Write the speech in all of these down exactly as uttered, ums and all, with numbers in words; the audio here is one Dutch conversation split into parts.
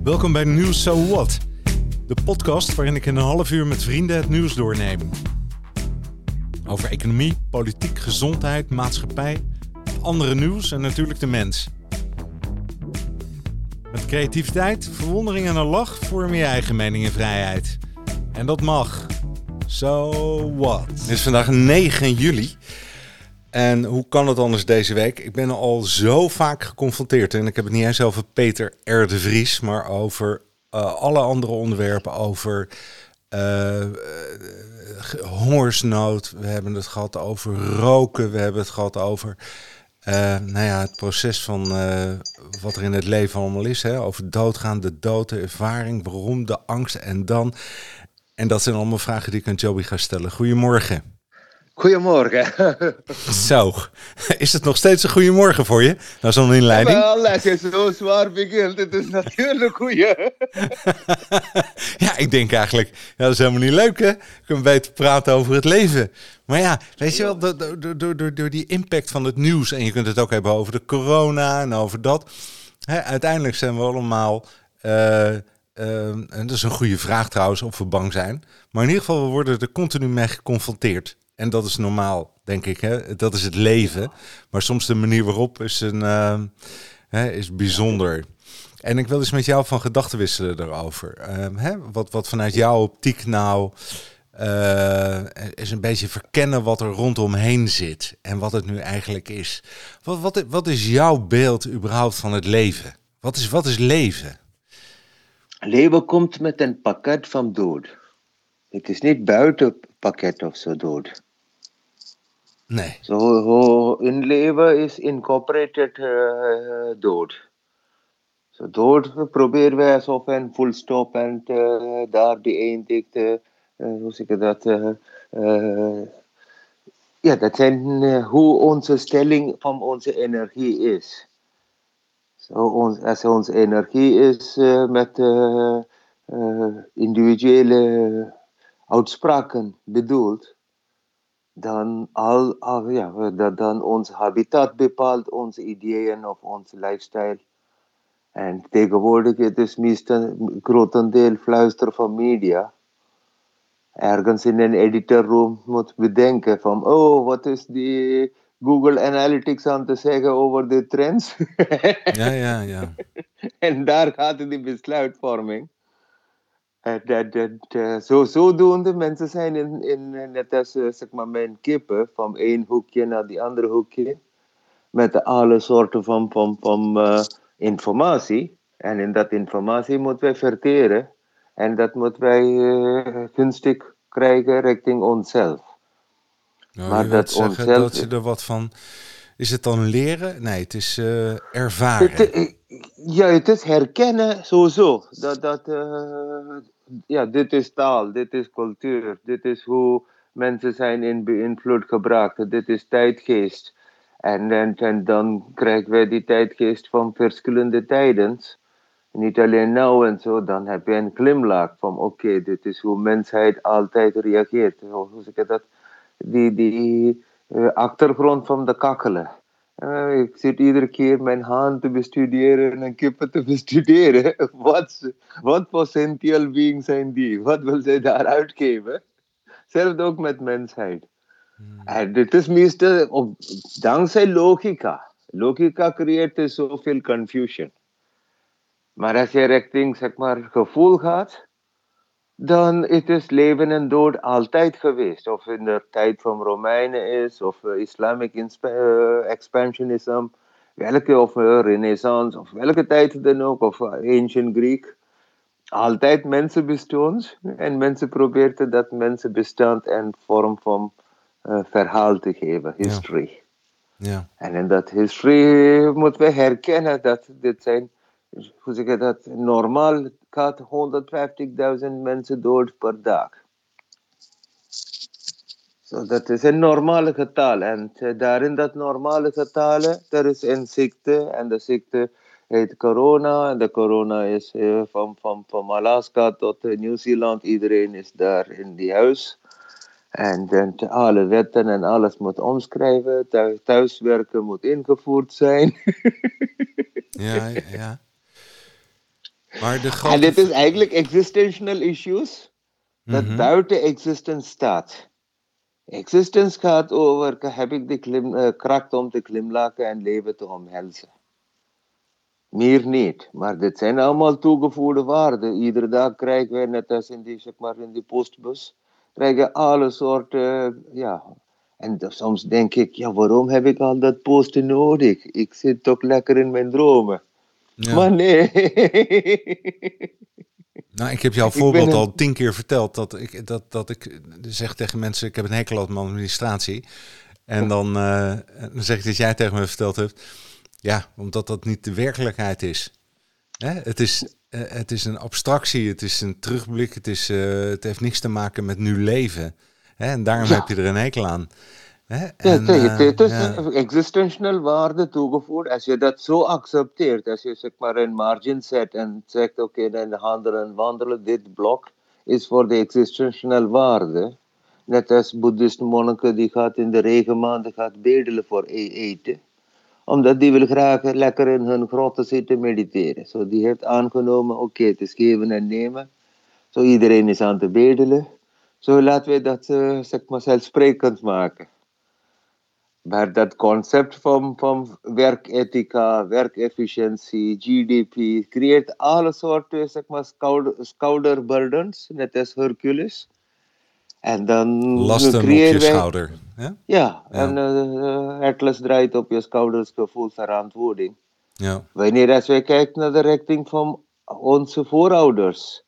Welkom bij Nieuws So What, de podcast waarin ik in een half uur met vrienden het nieuws doorneem. Over economie, politiek, gezondheid, maatschappij, andere nieuws en natuurlijk de mens. Met creativiteit, verwondering en een lach vorm je eigen mening en vrijheid. En dat mag. So what? Het is vandaag negen juli. En hoe kan het anders deze week? Ik ben al zo vaak geconfronteerd. En ik heb het niet eens over Peter R. de Vries, maar over uh, alle andere onderwerpen. Over uh, uh, hongersnood. We hebben het gehad over roken. We hebben het gehad over uh, nou ja, het proces van uh, wat er in het leven allemaal is. Hè? Over doodgaan, de dood, de ervaring, waarom, de angst en dan. En dat zijn allemaal vragen die ik aan Joby ga stellen. Goedemorgen. Goedemorgen. Zo, is het nog steeds een goedemorgen voor je? Nou, zo'n inleiding. Wel, als je zo zwaar begint, het is natuurlijk goeie. Ja, ik denk eigenlijk, ja, dat is helemaal niet leuk, hè? We kunnen beter praten over het leven. Maar ja, weet je wel, door, door, door, door, door die impact van het nieuws, en je kunt het ook hebben over de corona en over dat. Hè, uiteindelijk zijn we allemaal, uh, uh, en dat is een goede vraag trouwens, of we bang zijn. Maar in ieder geval, we worden er continu mee geconfronteerd. En dat is normaal, denk ik. Hè? Dat is het leven. Maar soms de manier waarop is, een, uh, hè, is bijzonder. En ik wil eens met jou van gedachten wisselen daarover. Uh, hè? Wat, wat vanuit jouw optiek nou uh, is een beetje verkennen wat er rondomheen zit. En wat het nu eigenlijk is. Wat, wat, wat is jouw beeld überhaupt van het leven? Wat is, wat is leven? Leven komt met een pakket van dood. Het is niet buiten het pakket of zo dood. Nee. Zo, so, in leven is incorporated uh, dood. Zo so, dood proberen wij alsof een full stop en uh, daar beëindigt. Uh, hoe zeg ik dat? Uh, uh, ja, dat zijn uh, hoe onze stelling van onze energie is. Zo, so, ons, als onze energie is uh, met uh, uh, individuele uitspraken bedoeld. Dan, al, al, ja, dan ons habitat bepaalt onze ideeën of onze lifestyle. En tegenwoordig het is meestal grotendeel fluister van media. Ergens in een editorroom moet bedenken van, oh, wat is die Google Analytics aan te zeggen over de trends? Ja, ja, ja. En daar gaat die besluitvorming. Uh, dat, dat, uh, zo, zodoende mensen zijn in, in, net als uh, zeg maar mijn kippen, van één hoekje naar die andere hoekje, met alle soorten van, van, van uh, informatie. En in dat informatie moeten wij verteren. En dat moeten wij uh, gunstig krijgen richting onszelf. Nou, maar je dat zeggen onszelf... dat je er wat van... Is het dan leren? Nee, het is uh, ervaren. Het, ja, het is herkennen sowieso. Dat, dat, uh, ja, dit is taal, dit is cultuur, dit is hoe mensen zijn in beïnvloed geraakt, dit is tijdgeest. En, en, en dan krijgen wij die tijdgeest van verschillende tijden. Niet alleen nou en zo, dan heb je een glimlach van oké, okay, dit is hoe mensheid altijd reageert. Hoe zeg ik dat? Die, die uh, achtergrond van de kakkelen. Uh, ik zit iedere keer mijn haan te bestuderen en kippen te bestuderen. Wat, wat voor sentient being zijn die? Wat wil zij daar uitgeven? Zelfs ook met mensheid. Hmm. En dit is meestal op, dankzij logica. Logica creëert zoveel confusion. Maar als je richting zeg maar, gevoel gaat, dan het is leven en dood altijd geweest. Of in de tijd van Romeinen is, of uh, Islamic insp- uh, expansionism, welke, of uh, Renaissance, of welke tijd dan ook, of uh, Ancient Greek. Altijd mensen bestaan en mensen probeerden dat mensen bestand een vorm van uh, verhaal te geven, history. Ja. Ja. En in dat history moeten we herkennen dat dit zijn, hoe zeg je dat, normaal gaat honderdvijftigduizend mensen dood per dag. So, dat is een normale getal. En uh, daarin dat normale getal, er is een ziekte. En de ziekte heet corona. En de corona is uh, van, van, van Alaska tot uh, Nieuw-Zeeland. Iedereen is daar in die huis. En, en alle wetten en alles moet omschrijven. Thuis, thuiswerken moet ingevoerd zijn. Ja, ja. Maar de En grote... dit is eigenlijk existential issues dat Mhm. buiten existence staat. Existence gaat over, heb ik de klim, uh, kracht om te glimlachen en leven te omhelzen. Meer niet. Maar dit zijn allemaal toegevoegde waarden. Iedere dag krijgen we, net als in die, zeg maar, in die postbus, krijgen alle soorten, ja. En dan soms denk ik, ja, waarom heb ik al dat posten nodig? Ik zit toch lekker in mijn dromen. Ja. Maar nee. Nou, ik heb jouw Ik ben voorbeeld een- al tien keer verteld. Dat ik, dat, dat ik zeg tegen mensen, ik heb een hekel aan mijn administratie. En dan, eh, dan zeg ik dat jij tegen me verteld hebt. Ja, omdat dat niet de werkelijkheid is. Hè? Het is, eh, het is een abstractie, het is een terugblik. Het, is, eh, het heeft niks te maken met nu leven. Hè? En daarom Ja. heb je er een hekel aan. Hè? Ja, En, nee, eh, het is ja. een existential waarde toegevoegd. Als je dat zo accepteert, als je zeg maar een margin zet en zegt, oké, okay, dan handelen en wandelen, dit blok is voor de existential waarde. Net als boeddhistische monniken die gaat in de regenmaanden gaat bedelen voor e- eten. Omdat die wil graag lekker in hun grotten zitten mediteren. Zo die heeft aangenomen, oké, okay, het is geven en nemen. Zo iedereen is aan te bedelen. Zo laten we dat uh, zeg maar zelfsprekend maken. Maar dat concept van, van werkethica, werkefficiëntie, G D P, creëert alle soorten zeg maar, schouder, schouderburdens, net als Hercules. En dan Lasten op creëren je wij... schouder. Hè? Ja, Ja. en uh, Atlas draait op je schouders gevoel verantwoording. Ja. Wanneer als wij kijken naar de richting van onze voorouders.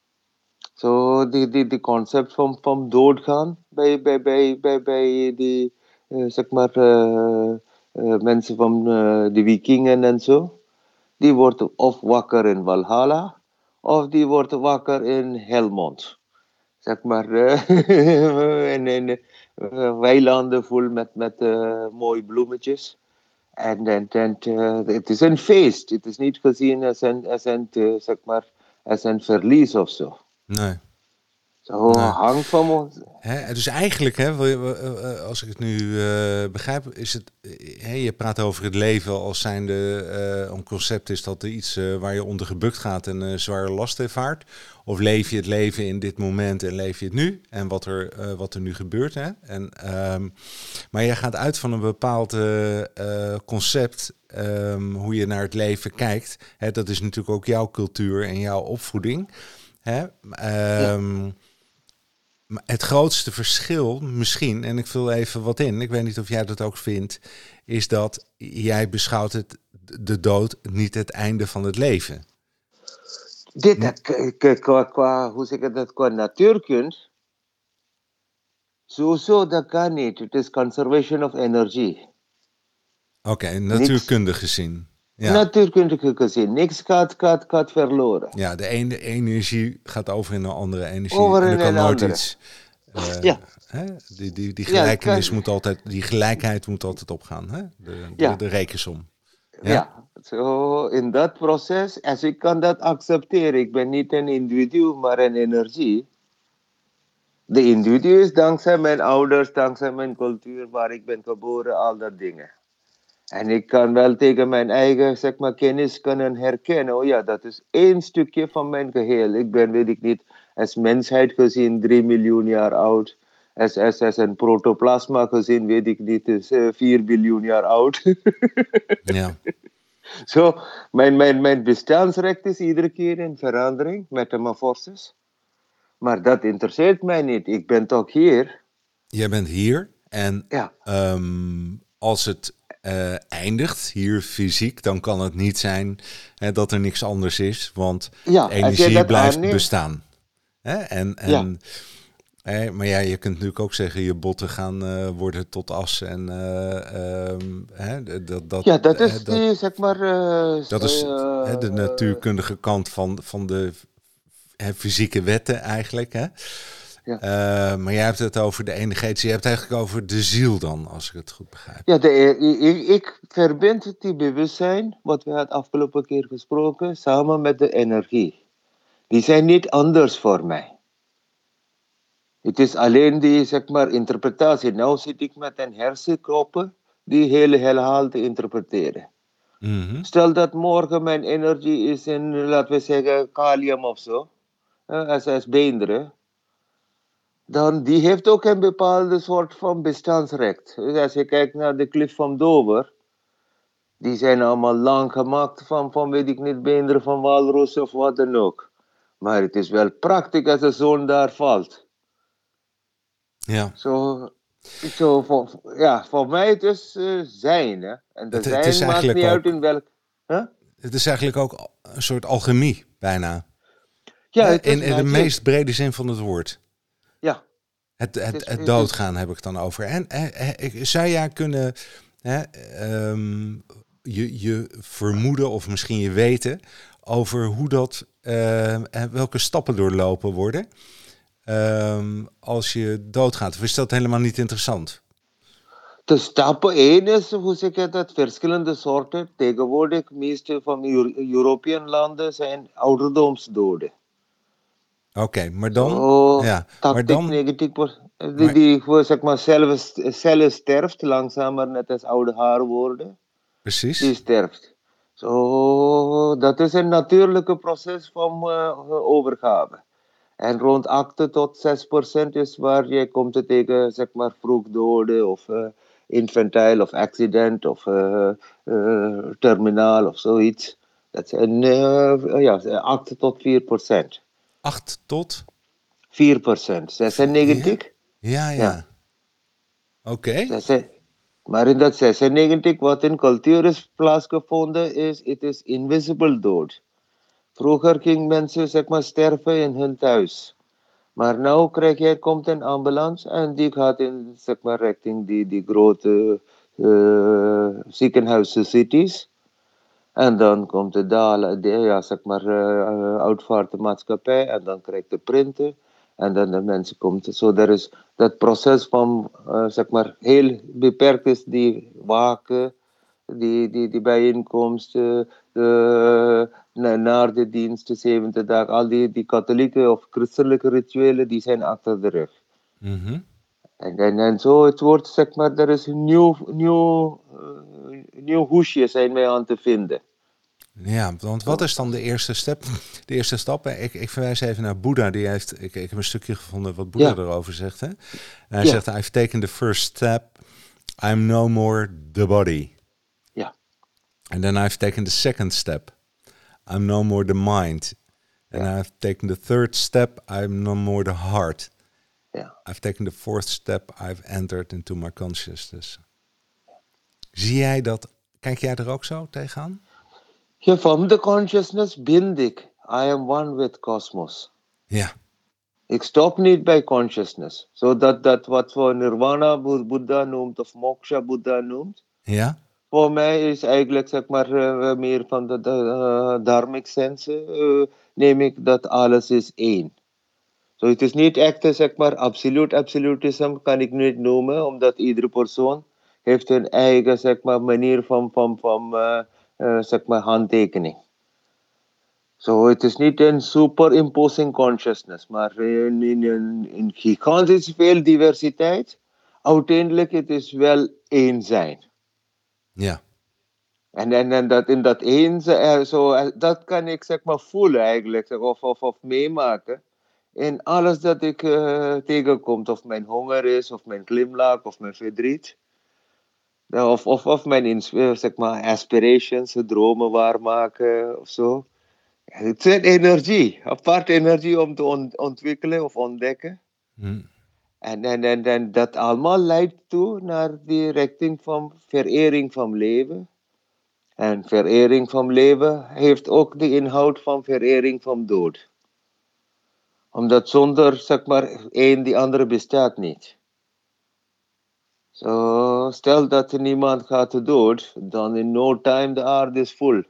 Zo, so, die, die, die concept van, van doodgaan bij, bij, bij, bij, bij die, uh, zeg maar, uh, uh, mensen van uh, de vikingen en zo. Die worden of wakker in Valhalla, of die worden wakker in Helmond. Zeg maar, uh, in, in uh, weilanden vol met, met uh, mooie bloemetjes. En, en, en uh, het is een feest. Het is niet gezien als een, als een, uh, zeg maar, als een verlies of zo. Nee. Zo Nee. hangt van ons. Hè, dus eigenlijk, hè, als ik het nu uh, begrijp, is het. Hè, je praat over het leven als zijnde uh, een concept is dat er iets uh, waar je onder gebukt gaat en uh, zware last ervaart. Of leef je het leven in dit moment en leef je het nu en wat er, uh, wat er nu gebeurt. Hè? En, um, maar je gaat uit van een bepaald uh, uh, concept, um, hoe je naar het leven kijkt. Hè, dat is natuurlijk ook jouw cultuur en jouw opvoeding. Hè? Um, ja. Het grootste verschil misschien, en ik vul even wat in, ik weet niet of jij dat ook vindt, is dat jij beschouwt het, de dood niet het einde van het leven. Dit, dat, qua, qua, hoe zeg ik dat, qua natuurkunde, sowieso dat kan niet. Het is conservation of energy. Oké, okay, natuurkundig gezien. Ja. Natuurkundig gezien. Niks gaat, gaat, gaat verloren. Ja, de ene energie gaat over in een andere energie. Over in en er kan een nooit andere. iets. Uh, ja. Hè? Die, die, die gelijkenis ja, moet altijd, die gelijkheid moet altijd opgaan. Hè? De, de, ja. de rekensom. Ja. ja. Zo in dat proces, als ik kan dat accepteren, ik ben niet een individu, maar een energie. De individu is dankzij mijn ouders, dankzij mijn cultuur, waar ik ben geboren, al dat dingen. En ik kan wel tegen mijn eigen zeg maar, kennis kunnen herkennen. Oh ja, dat is één stukje van mijn geheel. Ik ben, weet ik niet, als mensheid gezien drie miljoen jaar oud. Als, als, als een protoplasma gezien, weet ik niet, is uh, vier biljoen jaar oud. Ja. Zo, so, mijn, mijn, mijn bestaansrecht is iedere keer in verandering, metamorfosis. Maar dat interesseert mij niet. Ik ben toch hier. Jij bent hier en ja. um, als het uh, eindigt, hier fysiek, dan kan het niet zijn hè, dat er niks anders is, want ja, energie blijft aanneemt. bestaan. Hè? En, en, ja. hè, maar ja, je kunt natuurlijk ook zeggen, je botten gaan uh, worden tot as. En, uh, um, hè, dat, dat, ja, dat is hè, dat, die, zeg maar... Uh, dat is uh, hè, de natuurkundige kant van, van de hè, fysieke wetten eigenlijk, hè. Ja. Uh, maar jij hebt het over de energetische, je hebt het eigenlijk over de ziel dan, als ik het goed begrijp. Ja, de, ik, ik verbind die bewustzijn, wat we hadden afgelopen keer gesproken, samen met de energie. Die zijn niet anders voor mij. Het is alleen die, zeg maar, interpretatie. Nou zit ik met een hersenknoppen die hele heelal te interpreteren. Mhm. Stel dat morgen mijn energie is in, laten we zeggen, kalium of zo, uh, als, als beenderen, dan die heeft ook een bepaalde soort van bestaansrecht. Dus als je kijkt naar de klif van Dover, die zijn allemaal lang gemaakt van, van weet ik niet, beenderen van walrus of wat dan ook. Maar het is wel praktisch als de zon daar valt. Ja. Zo, zo voor, ja, voor mij het is uh, zijn. Hè? En de Het, het is zijn maakt niet eigenlijk uit ook, in welk... Huh? het is eigenlijk ook een soort alchemie, bijna. Ja, Hè? het is In, in de magic. meest brede zin van het woord. Ja. Het, het, Het het, is- het doodgaan heb ik het dan over. En hè, hè, ik- zou jij kunnen hè, ehm, je, je vermoeden of misschien je weten over hoe dat, ehm, en welke stappen doorlopen worden ehm, als je doodgaat? Of is dat helemaal niet interessant? De stap één is, hoe zeg je dat, verschillende soorten. Tegenwoordig, meeste van de Europese landen zijn ouderdomsdoden. Oké, maar dan, Zo, ja, maar tachtig, dan, negentig procent. Die, maar die hoe zeg maar, zelf, zelf sterft, langzamer net als oude haar worden. Die precies. sterft. Zo, dat is een natuurlijke proces van uh, overgave. En rond acht tot zes procent is waar je komt tegen, zeg maar, vroegdoden of uh, infantile of accident of uh, uh, terminaal of zoiets. Dat zijn uh, ja, acht tot vier procent. Acht tot vier procent. vier. Ja, zesennegentig? ja, Ja. ja. Oké. Zes- Maar in dat zesennegentig wat in cultuur is plaatsgevonden is, het is invisible dood. Vroeger gingen mensen, zeg maar, sterven in hun thuis. Maar nu krijg je, komt een ambulance en die gaat in, zeg maar, richting die, die grote uh, ziekenhuizen, cities. En dan komt de dalen, de, ja, zeg maar, uh, uitvaartmaatschappij en dan krijgt de printer. En dan de mensen komen. Zo, er is dat proces van, uh, zeg maar, heel beperkt is die waken, die, die, die bijeenkomsten, de, naar de dienst, de zevende dag, al die, die katholieke of christelijke rituelen, die zijn achter de rug. Mhm. En, en, en zo, het wordt, zeg maar, er is een nieuw, nieuw, uh, nieuw hoesje zijn wij aan te vinden. Ja, want wat is dan de eerste stap? De eerste stap, ik, ik verwijs even naar Boeddha. Die heeft, ik, ik heb een stukje gevonden wat Boeddha Ja. erover zegt. Hè? En hij Ja. zegt, I've taken the first step. I'm no more the body. Ja. And then I've taken the second step. I'm no more the mind. And Ja. I've taken the third step. I'm no more the heart. Ja. I've taken the fourth step. I've entered into my consciousness. Zie jij dat? Kijk jij er ook zo tegenaan? Ja, from the consciousness bind ik. I am one with cosmos. Ja. Ik stop niet bij consciousness. Zodat dat wat voor nirvana Boeddha noemt of moksha Boeddha noemt. Ja? Voor mij is eigenlijk, zeg maar, uh, meer van de, de uh, dharmic sense, uh, neem ik dat alles is één. Zo, so, het is niet echt, zeg maar, absoluut absolutism kan ik niet noemen, omdat iedere persoon heeft een eigen, zeg maar, manier van, van, van uh, uh, zeg maar, handtekening. Zo, so, het is niet een superimposing consciousness, maar in, in, in, in gigantisch veel diversiteit. Uiteindelijk het is wel één zijn. Ja. En, en, en dat in dat één, uh, so, dat kan ik, zeg maar, voelen eigenlijk, of, of, of meemaken. In alles dat ik uh, tegenkom, of mijn honger is, of mijn glimlach, of mijn verdriet. Of, of, of mijn, zeg maar, aspirations, dromen waarmaken, of zo. Het is energie, aparte energie om te on- ontwikkelen of ontdekken. Hm. En, en, en, en dat allemaal leidt toe naar die richting van verering van leven. En verering van leven heeft ook de inhoud van verering van dood. Omdat zonder, zeg maar, één die andere bestaat niet. Zo, stel dat niemand gaat dood, dan in no time de aarde is vol.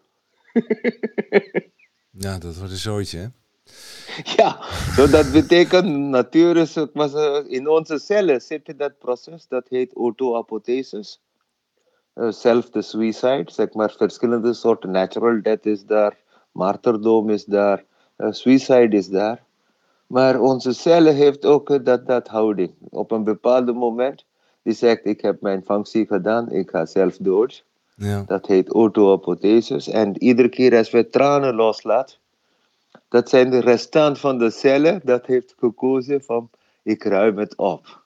Ja, dat wordt een zooitje, hè? Ja, so dat betekent natuur is, in onze cellen zit dat proces, dat heet autoapothesis. Uh, self the suicide, zeg maar, verschillende soorten natural death is daar, martyrdom is daar, uh, suicide is daar. Maar onze cellen heeft ook dat, dat houding. Op een bepaald moment, die zegt, ik heb mijn functie gedaan, ik ga zelf dood. Ja. Dat heet autoapothesis. En iedere keer als we tranen loslaten, dat zijn de restant van de cellen dat heeft gekozen van ik ruim het op.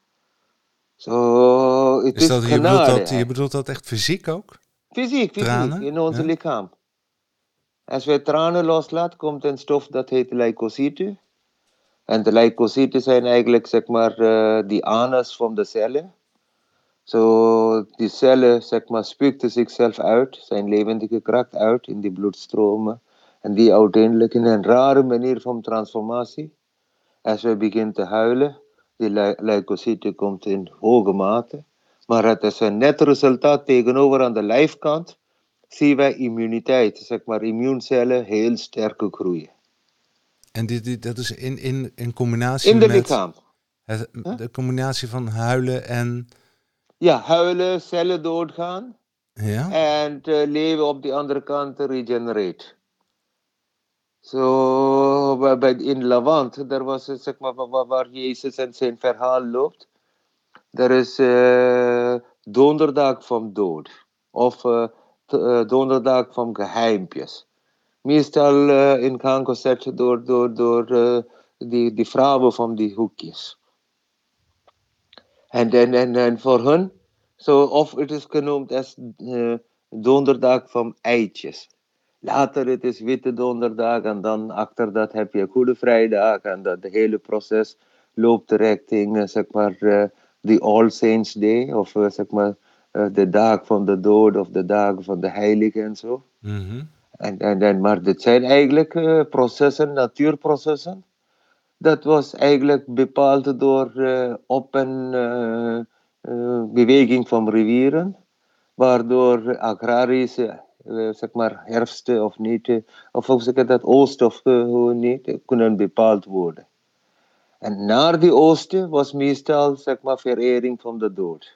Zo, het Is is dat, je, bedoelt genade. dat, je bedoelt dat echt fysiek ook? Fysiek, fysiek, Tranen? in ons Ja. lichaam. Als we tranen loslaten, komt een stof dat heet leukocyten. En de leukocyten zijn eigenlijk, zeg maar, uh, die anus van de cellen. Zo, die cellen, zeg maar, spuugden zichzelf uit, zijn levendige kracht uit in die bloedstromen. En die uiteindelijk in een rare manier van transformatie, als we beginnen te huilen, die leukocyten komt in hoge mate. Maar het is een net resultaat tegenover aan de lijfkant, zien wij immuniteit, zeg maar, immuuncellen heel sterk groeien. En dit, dit, dat is in, in, in combinatie in de met lichaam. Het, huh? de combinatie van huilen en... Ja, huilen, cellen doodgaan. Ja. En uh, leven op de andere kant regenerate. Zo, so, bij in Levant, daar was het, zeg maar, waar, waar Jezus en zijn verhaal loopt. Er is uh, donderdag van dood. Of uh, t, uh, donderdag van geheimpjes. Meestal uh, in gang gezet door, door, door uh, die, die vrouwen van die hoekjes. En, en, en, en voor hun, so, of het is genoemd als uh, donderdag van eitjes. Later het is witte donderdag en dan achter dat heb je Goede Vrijdag. En dat de hele proces loopt richting, uh, zeg maar, uh, de All Saints Day. Of uh, zeg maar, uh, de dag van de dood of de dag van de heiligen en zo. Mm-hmm. En, en, en, maar dit zijn eigenlijk uh, processen, natuurprocessen. Dat was eigenlijk bepaald door uh, op- en uh, uh, beweging van rivieren. Waardoor agrarische, uh, zeg maar, herfsten of niet, uh, of hoe zeg ik dat, oosten of uh, niet, uh, kunnen bepaald worden. En naar die oosten was meestal, zeg maar, verering van de dood.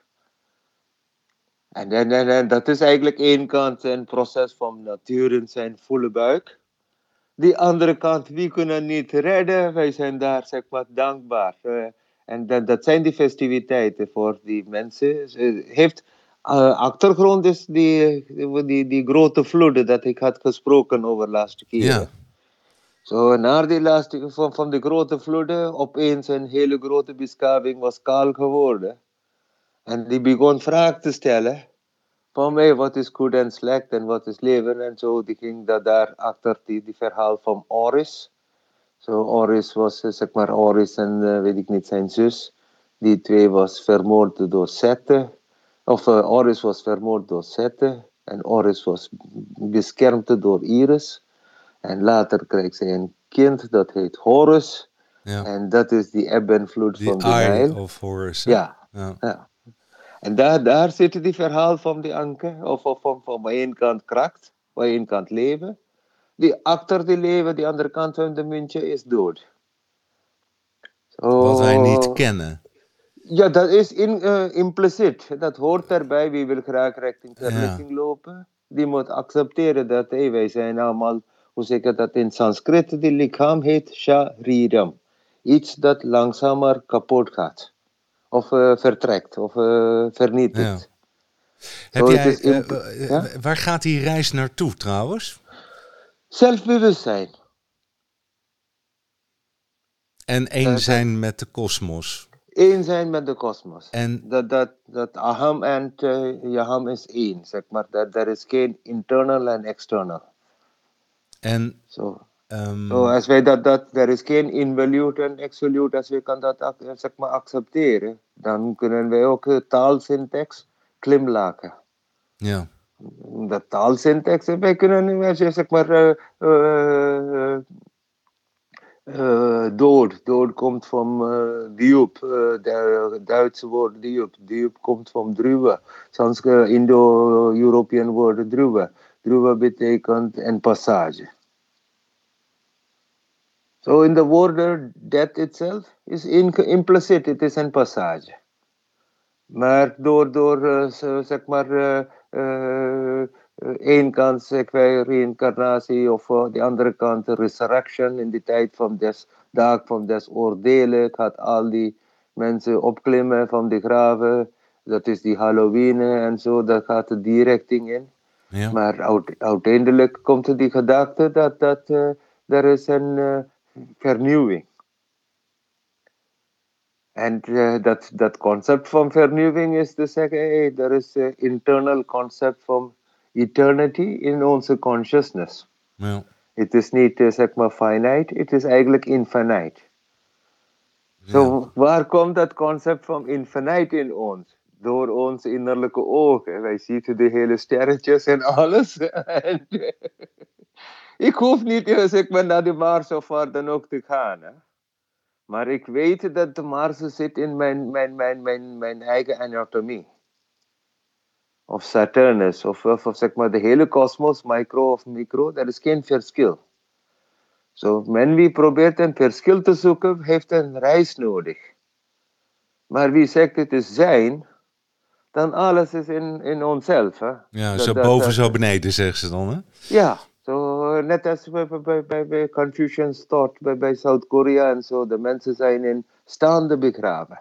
En, en, en, en dat is eigenlijk één kant een proces van natuur in zijn volle buik. Die andere kant, we kunnen niet redden, wij zijn daar, zeg maar, dankbaar. Uh, en dat, dat zijn die festiviteiten voor die mensen. Uh, heeft uh, achtergrond is die, die, die grote vloeden dat ik had gesproken over laatste keer. Ja. Zo, so, na die laatste, van, van de grote vloeden, opeens een hele grote beschaving was kaal geworden. En die begon vragen te stellen. Van mij, wat is goed en slecht en wat is leven en zo. Die ging dat daar achter die, die verhaal van Oris. Zo, so, Oris was, zeg maar, Oris en uh, weet ik niet, zijn zus. Die twee was vermoord door Sette. Of uh, Oris was vermoord door Sette. En Oris was beschermd door Iris. En later kreeg ze een kind, dat heet Horus. Ja. En dat is die eb en vloed van de Eye Nijl. of Horus. Ja, ja. ja. En daar, daar zit die verhaal van die anker, of, of van, van één kant kracht, van één kant leven. Die achter die leven, die andere kant van de muntje, is dood. So, Wat wij niet kennen. Ja, dat is in, uh, impliciet. Dat hoort erbij. Wie wil graag richting verlichting ja. lopen, die moet accepteren dat hey, wij zijn allemaal, hoe zeg ik dat in Sanskriet, die lichaam heet shariram. Iets dat langzamer kapot gaat. Of uh, vertrekt, of uh, vernietigt. Ja. Heb jij, imp- uh, ja? Waar gaat die reis naartoe trouwens? Zelfbewustzijn. En één zijn uh, met de kosmos. Eén zijn met de kosmos. En dat, dat, dat aham en uh, yaham is één, zeg maar. Dat er is geen internal en external. En so, um, so als wij dat, dat, er is geen involute en absolute, als wij kan dat zeg maar accepteren, dan kunnen wij ook uh, taalsyntax klimlaken. Ja. De taalsyntax, wij kunnen, zeg maar, uh, uh, Uh, dood. Dood komt van uh, diop, uh, het Duitse woord diop. Diop komt van druwe. Soms uh, Indo-European woord druwe. Druwe betekent een passage. So in the word death itself is in, implicit, het is een passage. Maar door, door uh, zeg maar, uh, uh, één kant zeg wij reïncarnatie of uh, de andere kant resurrection in de tijd van des dag van des oordelen gaat al die mensen opklimmen van de graven Dat is die Halloween en zo, dat gaat er die richting in. Ja. Maar uite- uiteindelijk komt er die gedachte dat, dat uh, er is een uh, vernieuwing. En uh, dat, dat concept van vernieuwing is te zeggen, hey, er is een internal concept van eternity in onze consciousness. Ja. Het is niet uh, zeg maar finite, het is eigenlijk infinite. Zo, Ja. waar komt dat concept van infinite in ons? Door onze innerlijke ogen. Wij zien de hele sterretjes en alles. En, ik hoef niet uh, zeg maar, naar de Mars of waar dan ook te gaan. Hè? Maar ik weet dat de Mars zit in mijn, mijn, mijn, mijn, mijn eigen anatomie. Of Saturnus, of, of, of zeg maar de hele kosmos, micro of micro, er is geen verschil. Zo, so, men wie probeert een verschil te zoeken, heeft een reis nodig. Maar wie zegt het is zijn, dan alles is in, in onszelf. Hè? Ja, dat, zo dat, boven, dat, zo beneden, zeggen ze dan, hè? Ja, so, net als bij, bij, bij, bij Confucians thought, bij, bij Zuid-Korea en zo, de mensen zijn in staande begraven.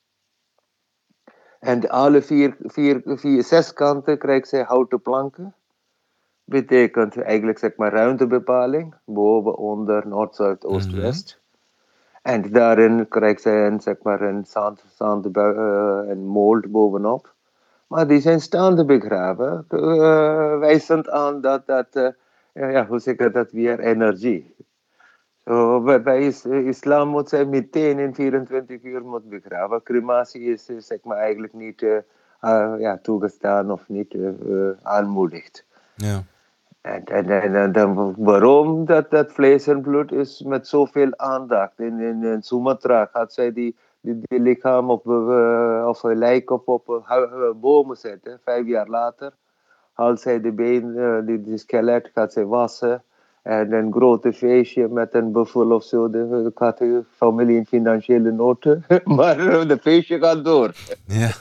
En alle vier, vier, vier, zes kanten krijgen zij houten planken. Betekent eigenlijk zeg maar ruimtebepaling, boven, onder, noord, zuid, oost, Mhm. west. En daarin krijgt zij een, zeg maar, een, zand, zand, uh, een mold bovenop. Maar die zijn staande begraven, uh, wijzend aan dat, dat uh, ja, ja, hoe zeg ik dat, weer energie. So, bij, bij is, islam moet zij meteen in vierentwintig uur moet begraven. Crematie is, is zeg maar, eigenlijk niet uh, uh, ja, toegestaan of niet uh, uh, aanmoedigd. Ja. En, en, en, en dan, waarom dat, dat vlees en bloed is met zoveel aandacht. In, in, in Sumatra gaat zij die, die, die lichaam op, uh, of een lijk op, op uh, bomen zetten. Vijf jaar later haalt zij de been, uh, die, die skelet gaat zij wassen. En een grote feestje met een buffel of zo. De, gaat de familie in financiële noten. Maar uh, de feestje gaat door. Ja.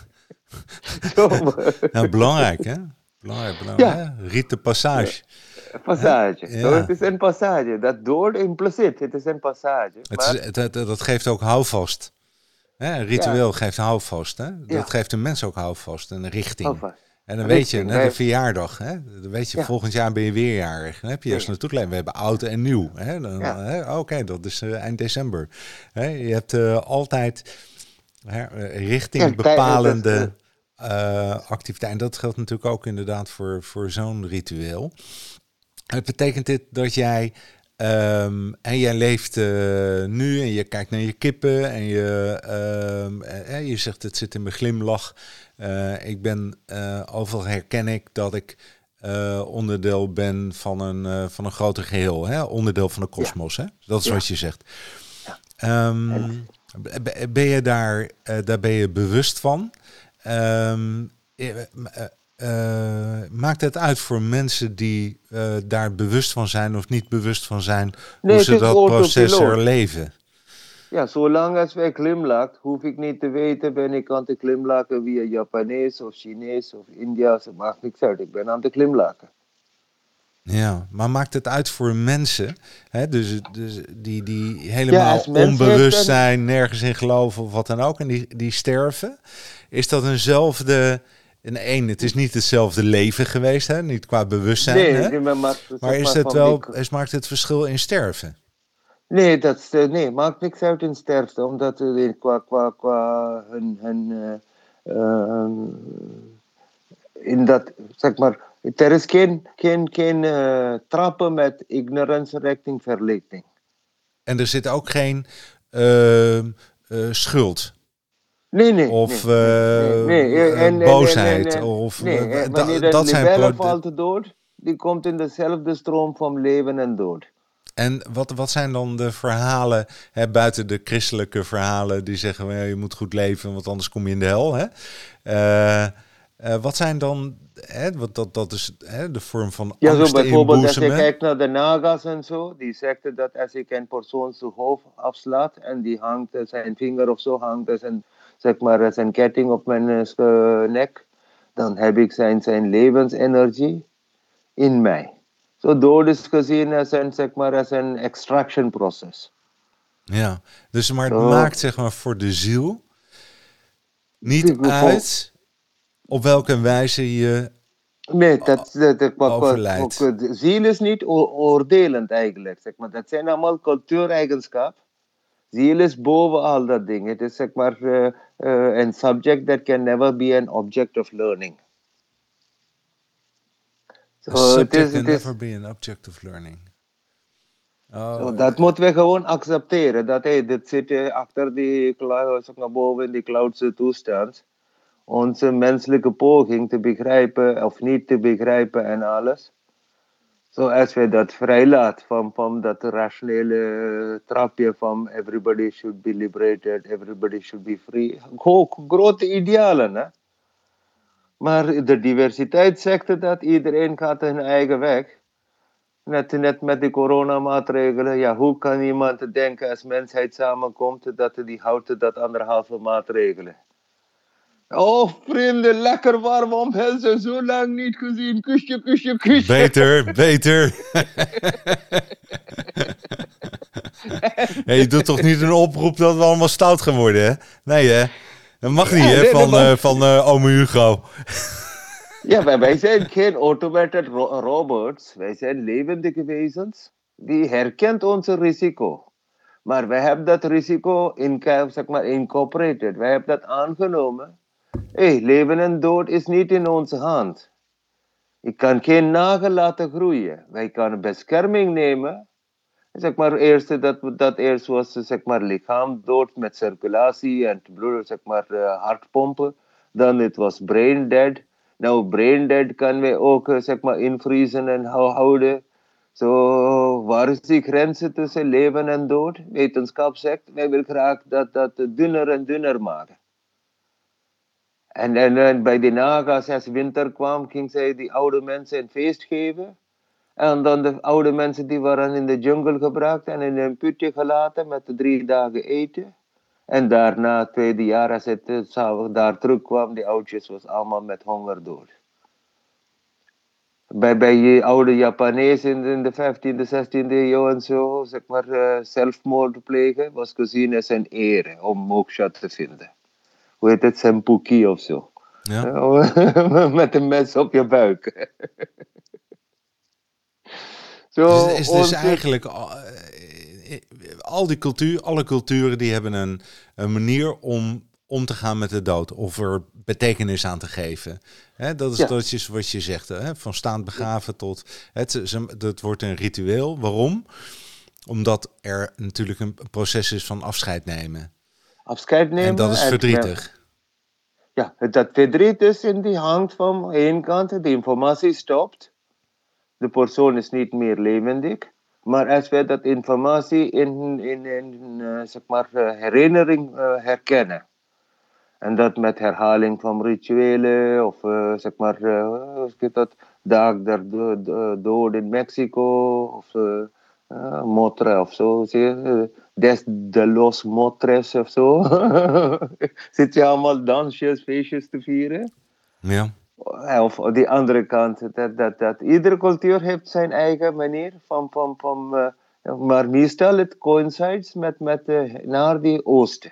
Ja, belangrijk, hè? Belangrijk, belangrijk. Ja. Hè? Rite de passage. Passage. Ja. So, het is een passage. Dat door impliciet. Het is een passage. Het Maar... is, het, het, dat geeft ook houvast. Hè? Een ritueel ja. geeft houvast. Hè? Dat ja. geeft de mens ook houvast. Een richting. Houvast. En dan weet je, net een verjaardag, hè? Dan weet je, ja. volgend jaar ben je weerjarig. Dan heb je eerst ja. naartoe geleid. We hebben oud en nieuw. Hè? Ja. Oké, okay, dat is uh, eind december. Hè? Je hebt uh, altijd hè, richting ja, bepalende uh, activiteiten. Dat geldt natuurlijk ook inderdaad voor, voor zo'n ritueel. Het betekent dit dat jij... Um, en jij leeft uh, nu en je kijkt naar je kippen en je, uh, uh, je zegt het zit in mijn glimlach. Uh, ik ben, uh, overal herken ik dat ik uh, onderdeel ben van een, uh, van een groter geheel. Hè? Onderdeel van de kosmos. Ja. Dat is ja. wat je zegt. Ja. Um, ben je daar, uh, daar ben je bewust van? Um, uh, uh, Uh, maakt het uit voor mensen die uh, daar bewust van zijn of niet bewust van zijn, nee, hoe ze dat proces erleven? Ja, zolang als wij glimlachen, hoef ik niet te weten, ben ik aan het glimlachen via Japanees of Chinees of India's, het maakt niks uit, ik ben aan het glimlachen. Ja, maar maakt het uit voor mensen, hè, dus, dus die, die helemaal ja, onbewust een... zijn, nergens in geloven of wat dan ook, en die, die sterven? Is dat eenzelfde... En één, het is niet hetzelfde leven geweest, hè? Niet qua bewustzijn. Nee, hè? nee maar, maakt, maar is het wel, die... is, maakt het verschil in sterven? Nee, dat nee, maakt niks uit in sterven, omdat uh, qua, qua, qua hun, hun uh, uh, in dat, zeg maar, er is geen, geen, geen uh, trappen met ignorance richting verlichting. En er zit ook geen uh, uh, schuld. Nee, nee. Of nee, uh, nee, nee. En, en, boosheid. En, en, en, of, nee, uh, en wanneer da, dat zijn pro- valt dood, die komt in dezelfde stroom van leven en dood. En wat, wat zijn dan de verhalen, hè, buiten de christelijke verhalen die zeggen, well, je moet goed leven, want anders kom je in de hel. Hè? Uh, uh, wat zijn dan, hè, wat, dat, dat is hè, de vorm van ja, angst zo bijvoorbeeld inboezemen. Als je kijkt naar de Nagas en zo, die zeggen dat als ik een persoon zijn hoofd afslaat en die hangt, zijn vinger of zo hangt, als een, zeg maar, als een ketting op mijn uh, nek, dan heb ik zijn, zijn levensenergie in mij. Zo so, dood is gezien als een, zeg maar, als een extraction proces. Ja, dus maar het so, maakt zeg maar voor de ziel niet uit op welke wijze je Nee, dat, dat, dat, wat- wat- overlijdt. wat- de ziel is niet o- oordelend eigenlijk. Zeg maar. Dat zijn allemaal cultuureigenschappen. Ziel is boven al dat ding. Het is zeg maar uh, uh, een subject that can never be an object of learning. A So, het subject is, can het is, never be an object of learning. Oh, so, dat moeten we gewoon accepteren. Dat hey, dit zit uh, achter die cloud, zeg maar boven in die cloudse toestand. Onze menselijke poging te begrijpen of niet te begrijpen en alles. Zoals wij dat vrijlaat van, van dat rationele trapje van everybody should be liberated, everybody should be free. Ook grote idealen, hè. Maar de diversiteit zegt dat iedereen gaat hun eigen weg. Net, net met de coronamaatregelen. Ja, hoe kan iemand denken als mensheid samenkomt dat die houdt dat anderhalve maatregelen? Oh, vrienden, lekker warm omhelzen. Zo lang niet gezien. Kusje, kusje, kusje. Beter, beter. Hey, je doet toch niet een oproep dat we allemaal stout gaan worden, hè? Nee, hè? Dat mag niet, Ja, hè? nee, Van, dat mag- eh, van eh, ome Hugo. Ja, wij, wij zijn geen automated ro- robots. Wij zijn levendige wezens. Die herkent onze risico. Maar wij hebben dat risico in, zeg maar, incorporated. Wij hebben dat aangenomen. Hey, leven en dood is niet in onze hand. Ik kan geen nagel laten groeien. Wij kunnen bescherming nemen. Zeg maar, eerst, dat, dat eerst was zeg maar, lichaam dood met circulatie en bloed, zeg maar, uh, hartpompen. Dan het was brain dead. Nou, brain dead kan wij ook uh, zeg maar, invriezen en houden. Zo, so, waar is die grens tussen leven en dood? Wetenschap zegt, wij willen graag dat, dat dunner en dunner maken. En, en, en bij de Naga's, als winter kwam, ging zij die oude mensen een feest geven. En dan de oude mensen die waren in de jungle gebracht en in een putje gelaten met drie dagen eten. En daarna, het tweede jaar, als het uh, daar terugkwam, die oudjes was allemaal met honger dood. Bij, bij die oude Japanezen in, in de vijftiende, zestiende eeuw en zo, zeg maar, uh, zelfmoord plegen, was gezien als een eer om moksha te vinden. Hoe heet het, senpuki of zo. Ja. Uh, met een mes op je buik. Zo, Dus, is dus onze- eigenlijk al, eh, al die cultuur, alle culturen die hebben een, een manier om om te gaan met de dood of er betekenis aan te geven. Hè, dat is Ja. dat is wat je zegt, hè, van staand begraven tot het, het wordt een ritueel. Waarom? Omdat er natuurlijk een proces is van afscheid nemen. afscheid nemen. En dat is en- verdrietig. Ja, dat verdriet is in die hangt van één kant, de informatie stopt. De persoon is niet meer levendig. Maar als wij dat informatie in, in, in uh, zeg maar, uh, herinnering uh, herkennen. En dat met herhaling van rituelen, of uh, zeg maar, uh, dat dag der do- do- dood in Mexico, of uh, uh, Motra of zo, zie je? Uh, Des de los Motres of zo. Zit je allemaal dansjes, feestjes te vieren? Ja. Of die andere kant, dat, dat, dat iedere cultuur heeft zijn eigen manier van, van, van uh, maar meestal het coincides met, met uh, naar die oosten.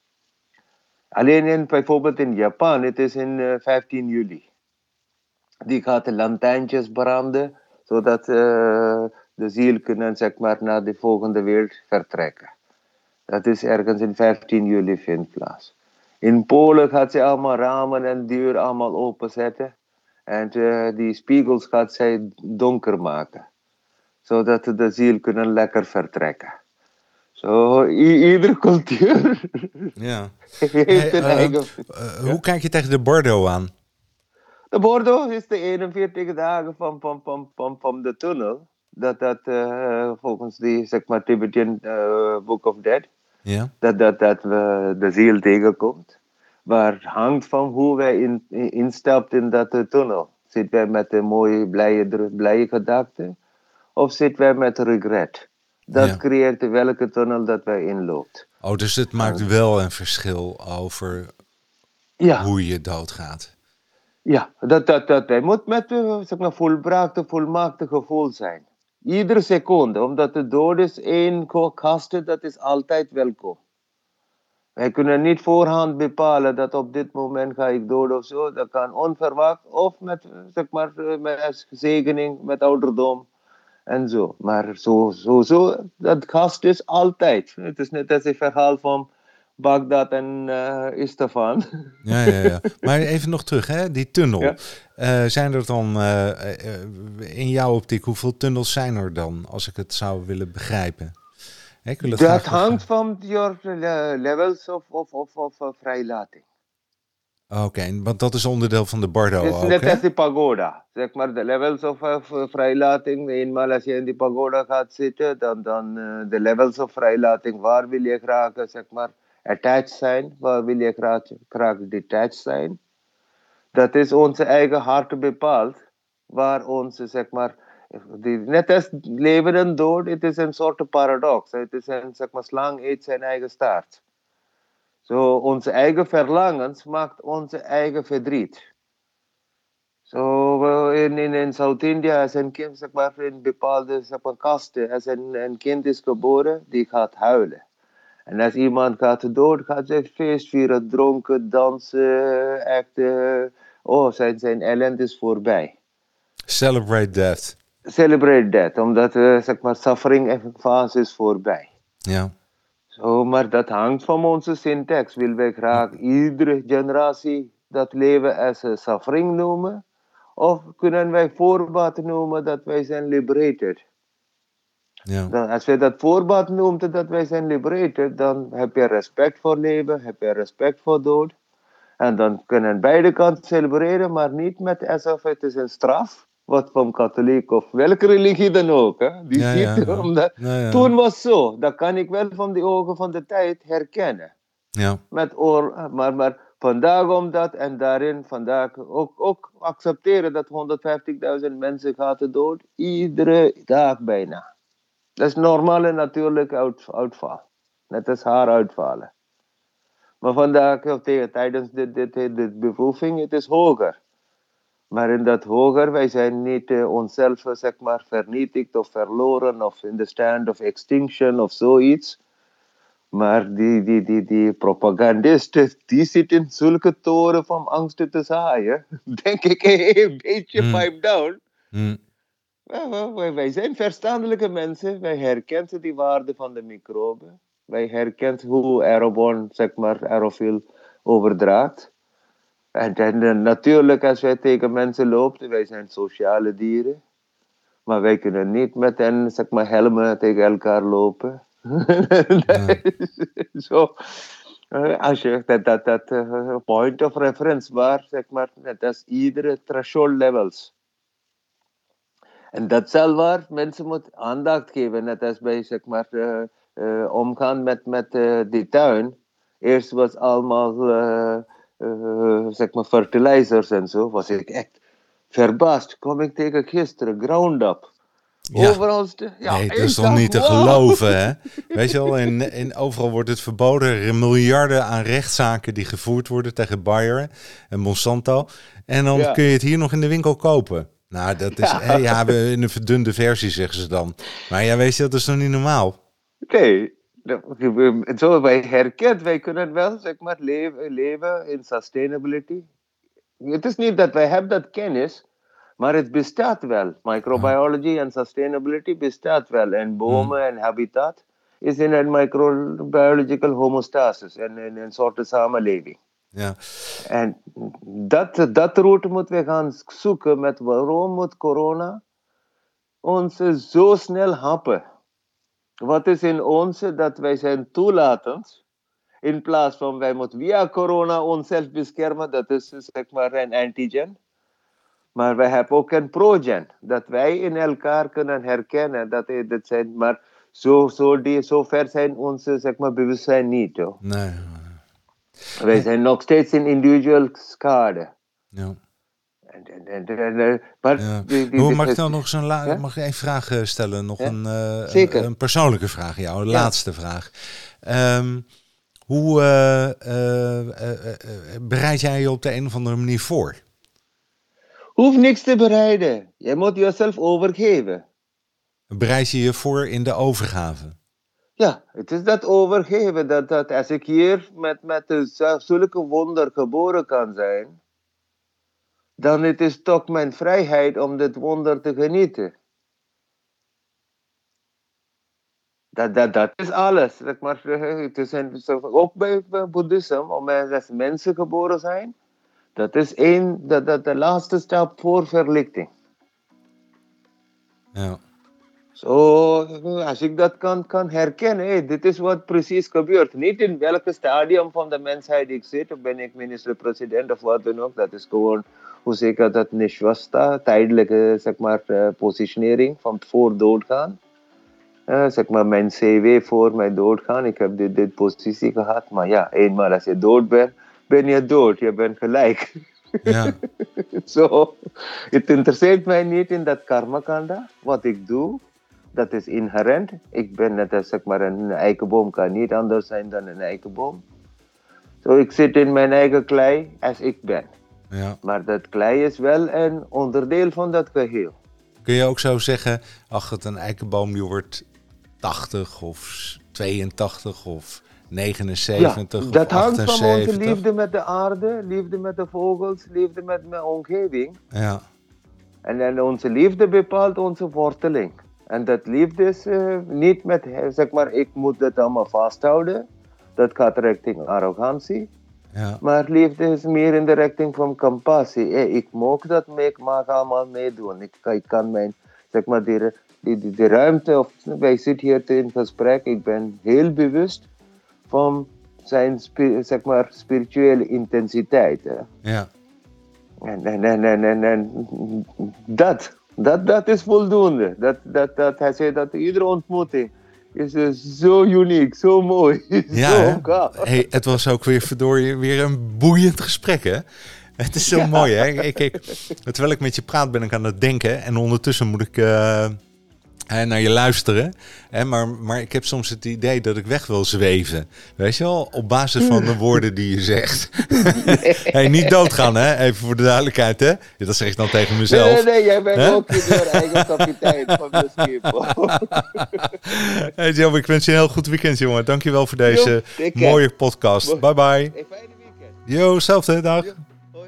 Alleen in, bijvoorbeeld in Japan, het is in uh, vijftien juli. Die gaat de lantaarntjes branden, zodat uh, de ziel kunnen zeg maar, naar de volgende wereld vertrekken. Dat is ergens in vijftien juli vindt plaats. In Polen gaat ze allemaal ramen en deuren allemaal openzetten. En uh, die spiegels gaat zij donker maken. Zodat de ziel kunnen lekker vertrekken. Zo, i- iedere cultuur Ja. heeft Hey, een uh, eigen... uh, hoe kijk je tegen de Bordeaux aan? De Bordeaux is de eenenveertig dagen van, van, van, van, van de tunnel. Dat dat uh, volgens die zeg maar, Tibetan uh, Book of Dead. Ja. Dat, dat, dat we de ziel tegenkomt. Maar het hangt van hoe wij in, in, instapt in dat uh, tunnel. Zitten wij met een mooie, blije, blije gedachte? Of zitten wij met regret? Dat Ja. creëert welke tunnel dat wij inloopt. Oh, dus het maakt wel een verschil over Ja, hoe je doodgaat. ja dat, dat, dat. Hij moet met uh, zeg maar, volbrachte, volmaakte gevoel zijn. Iedere seconde, omdat de dood is één kaste, dat is altijd welkom. Wij kunnen niet voorhand bepalen dat op dit moment ga ik dood of zo. Dat kan onverwacht of met, zeg maar, met zegening, met ouderdom en zo. Maar zo, zo, zo, dat gast is altijd. Het is net als een verhaal van Bagdad en uh, Isfahan. Ja, ja, ja. Maar even nog terug, hè? Die tunnel. Ja. Uh, zijn er dan, uh, uh, in jouw optiek, hoeveel tunnels zijn er dan, als ik het zou willen begrijpen? Ik wil het dat graag hangt van your uh, levels of, of, of, of uh, vrijlating. Oké, okay, want dat is onderdeel van de Bardo Het is ook, net hè? als die pagoda. Zeg maar, de levels of uh, vrijlating. Eenmaal als je in die pagoda gaat zitten, dan, dan uh, de levels of vrijlating. Waar wil je graag, zeg maar, attached zijn? Waar wil je graag, graag detached zijn? Dat is onze eigen hart bepaald. Waar onze, zeg maar, die, net als leven en dood, het is een soort paradox. Het is een, zeg maar, slang eet zijn eigen staart. Zo, so, onze eigen verlangens maakt onze eigen verdriet. Zo, so, in, in, in Zuid-India, als een kind, zeg maar, in bepaalde, zeg maar, kasten, als een, een kind is geboren, die gaat huilen. En als iemand gaat dood, gaat ze feest vieren, dronken, dansen, acten. Oh, zijn, zijn ellende is voorbij. Celebrate death. Celebrate death, omdat, uh, zeg maar, suffering fase is voorbij. Ja. Zo, maar dat hangt van onze syntax. Willen wij graag iedere generatie dat leven als uh, suffering noemen? Of kunnen wij voorbaat noemen dat wij zijn liberated? Ja. Dan, als wij dat voorbaat noemen dat wij zijn liberated, dan heb je respect voor leven, heb je respect voor dood. En dan kunnen beide kanten celebreren, maar niet met alsof het is een straf. Wat van katholiek of welke religie dan ook. Hè? Die Ja, ziet, ja. Omdat, Ja, ja. Toen was zo. Dat kan ik wel van de ogen van de tijd herkennen. Ja. Met oor, maar, maar vandaag omdat en daarin vandaag ook, ook accepteren dat honderdvijftigduizend mensen gaan dood. Iedere dag bijna. Dat is normaal en natuurlijk uit, uitval. Net als haar uitvallen. Maar vandaag, of tegen, tijdens dit, dit, dit, dit beproeving, het is hoger. Maar in dat hoger, wij zijn niet uh, onszelf, zeg maar, vernietigd of verloren of in de stand of extinction of zoiets. Maar die, die, die, die propagandisten, die zitten in zulke toren van angst te zaaien. Denk ik, hey, een beetje Mm. pipe down. Mm. Wij, wij zijn verstandelijke mensen. Wij herkennen die waarde van de microben. Wij herkennen hoe airborne, zeg maar, aerofiel overdraagt. En, en natuurlijk, als wij tegen mensen lopen, wij zijn sociale dieren. Maar wij kunnen niet met hen, zeg maar, helmen tegen elkaar lopen. Ja. Zo, als je dat, dat, dat uh, point of reference waar, zeg maar, dat is iedere threshold levels. En dat zal waar mensen moeten aandacht geven, net als bij, zeg maar, uh, uh, omgaan met, met uh, die tuin. Eerst was allemaal, uh, uh, zeg maar, fertilizers en zo, was ik echt verbaasd. Kom ik tegen gisteren, Ground-up. Ja. Overal, ja, nee, dat is toch dacht, niet te wow. geloven, hè? Weet je wel, in, in, overal wordt het verboden. Er zijn miljarden aan rechtszaken die gevoerd worden tegen Bayer en Monsanto. En dan Ja. kun je het hier nog in de winkel kopen. Nou, dat is, Ja. hè, ja, we in een verdunde versie, zeggen ze dan. Maar ja, weet je, dat is nog niet normaal. Nee, zo wij herkennen, wij kunnen wel, zeg maar, leven, leven in sustainability. Het is niet dat wij hebben dat kennis, maar het bestaat wel. Microbiology en sustainability bestaat wel. En bomen en habitat is in een microbiological homeostasis, en in een soort samenleving. Ja. En dat, dat route moeten we gaan zoeken met waarom moet corona ons zo snel happen. Wat is in ons dat wij zijn toelatend, in plaats van wij moeten via corona onszelf beschermen, dat is, zeg maar, een antigen. Maar wij hebben ook een progen, dat wij in elkaar kunnen herkennen dat het zijn, maar zo, zo, die, zo ver zijn onze, zeg maar, bewustzijn niet. Hoor. Nee. Wij zijn nog steeds in individual schade. Ja. En, en, en, en, maar Ja. die, die, Hoe, die, mag ik dan nog zo'n la- ja? mag ik één vraag uh, stellen? Nog Ja? een, uh, Zeker. een, een persoonlijke vraag aan jou, een Ja. laatste vraag. Um, hoe uh, uh, uh, uh, bereid jij je op de een of andere manier voor? Hoeft niks te bereiden. Je moet jezelf overgeven. Bereid je je voor in de overgave? Ja, het is dat overgeven. Dat, dat als ik hier met, met de, zulke wonder geboren kan zijn, dan het is toch mijn vrijheid om dit wonder te genieten. Dat, dat, dat is alles. Zeg maar, het is een, ook bij boeddhisme, als mensen geboren zijn, dat is één, dat, dat de laatste stap voor verlichting. Ja. Zo, als ik dat kan, kan herkennen, hey, dit is wat precies gebeurt. Niet in welke stadium van de mensheid ik zit, of ben ik minister-president of wat dan ook. Dat is gewoon, hoe zeg ik dat, nishwasta, tijdelijke zeg maar, uh, positionering van voor doodgaan. Uh, zeg maar mijn C V voor mijn doodgaan. Ik heb dit, dit positie gehad, maar ja, eenmaal als je dood bent, ben je dood. Je bent gelijk. Ja. Zo, het interesseert mij niet in dat karma-kanda, wat ik doe. Dat is inherent. Ik ben net als zeg maar een eikenboom, kan niet anders zijn dan een eikenboom. Zo, ik zit in mijn eigen klei als ik ben. Ja. Maar dat klei is wel een onderdeel van dat geheel. Kun je ook zo zeggen, ach, het een eikenboom die wordt tachtig of tweeëntachtig of negenenzeventig ja, of dat hangt achtenzeventig? van onze liefde met de aarde, liefde met de vogels, liefde met mijn omgeving. Ja. En, en onze liefde bepaalt onze worteling. En dat liefde is uh, niet met, zeg maar, ik moet dat allemaal vasthouden. Dat gaat richting arrogantie. Ja. Maar liefde is meer in de richting van compassie. Hey, ik mag dat mee, ik mag allemaal meedoen. Ik, ik kan mijn, zeg maar, die, die, die, die ruimte, of wij zitten hier in gesprek, ik ben heel bewust van zijn, zeg maar, spirituele intensiteit. Hè. Ja. En, en, en, en, en, en dat, dat, dat is voldoende. Dat, dat, dat, hij zei dat iedere ontmoeting is uh, zo uniek, zo mooi, Ja, zo gaaf. Hey, het was ook weer verdorie weer een boeiend gesprek, hè? Het is zo ja. mooi, hè? Ik, ik, terwijl ik met je praat ben ik aan het denken en ondertussen moet ik uh, naar je luisteren. Hè? Maar, maar ik heb soms het idee dat ik weg wil zweven. Weet je wel? Op basis van de woorden die je zegt. Hey, niet doodgaan, hè? Even voor de duidelijkheid, hè? Dat zeg ik dan tegen mezelf. Nee, nee, nee. Jij bent huh? ook je eigen kapitein van de schip. Hey Joe, ik wens je een heel goed weekend, jongen. Dankjewel voor deze jo, mooie podcast. Bye bye. Een fijne weekend. Jo, hetzelfde. Dag. Jo.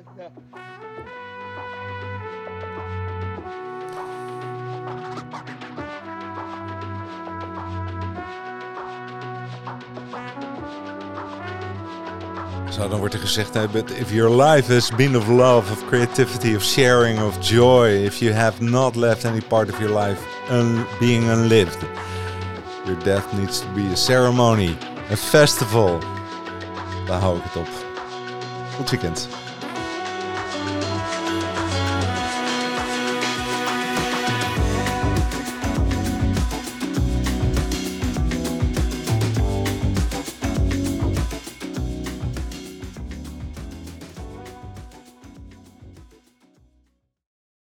Zo, dan wordt er gezegd, hey, but if your life has been of love, of creativity, of sharing, of joy, if you have not left any part of your life un- being unlived, your death needs to be a ceremony, a festival. Daar hou ik het op. Goed weekend.